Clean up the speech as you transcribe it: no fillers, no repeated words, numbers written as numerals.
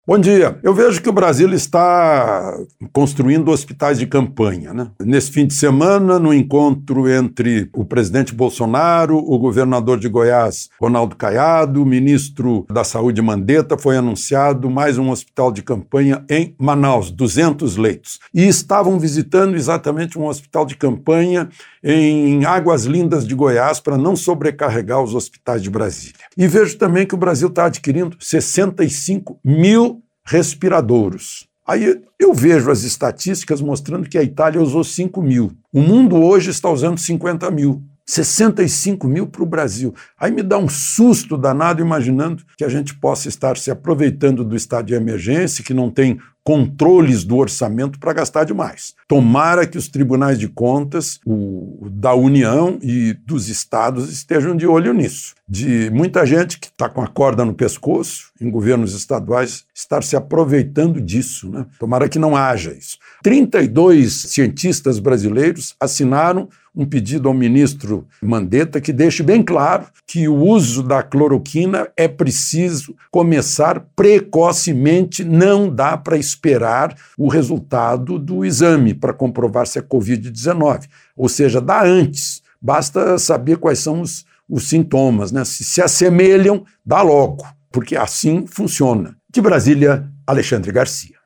Bom dia. Eu vejo que o Brasil está construindo hospitais de campanha, né? Nesse fim de semana, no encontro entre o presidente Bolsonaro, o governador de Goiás, Ronaldo Caiado, o ministro da Saúde, Mandetta, foi anunciado mais um hospital de campanha em Manaus, 200 leitos. E estavam visitando exatamente um hospital de campanha em Águas Lindas de Goiás para não sobrecarregar os hospitais de Brasília. E vejo também que o Brasil está adquirindo 65 mil respiradouros. Aí eu vejo as estatísticas mostrando que a Itália usou 5 mil. O mundo hoje está usando 50 mil. 65 mil para o Brasil. Aí me dá um susto danado imaginando que a gente possa estar se aproveitando do estado de emergência, que não tem controles do orçamento para gastar demais. Tomara que os tribunais de contas, da União e dos estados estejam de olho nisso. De muita gente que está com a corda no pescoço, em governos estaduais, estar se aproveitando disso, né? Tomara que não haja isso. 32 cientistas brasileiros assinaram um pedido ao ministro Mandetta que deixe bem claro que o uso da cloroquina é preciso começar precocemente, não dá para esperar o resultado do exame para comprovar se é Covid-19, ou seja, dá antes, basta saber quais são os sintomas, né? Se assemelham, dá logo, porque assim funciona. De Brasília, Alexandre Garcia.